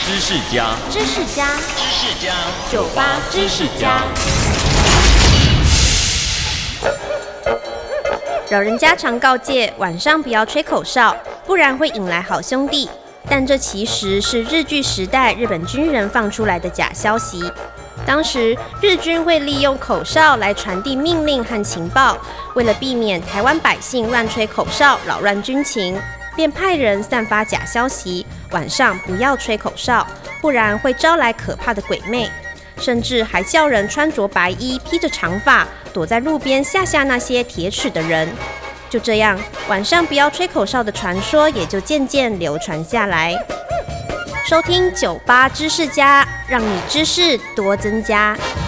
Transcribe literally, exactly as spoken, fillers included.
知识家， 知识家， 知识家， 酒吧知识家。老人家常告诫晚上不要吹口哨，不然会引来好兄弟。但这其实是日据时代日本军人放出来的假消息。当时日军会利用口哨来传递命令和情报，为了避免台湾百姓乱吹口哨扰乱军情，便派人散发假消息，晚上不要吹口哨，不然会招来可怕的鬼魅。甚至还叫人穿着白衣，披着长发，躲在路边吓吓那些铁齿的人。就这样，晚上不要吹口哨的传说也就渐渐流传下来。收听酒吧知识家，让你知识多增加。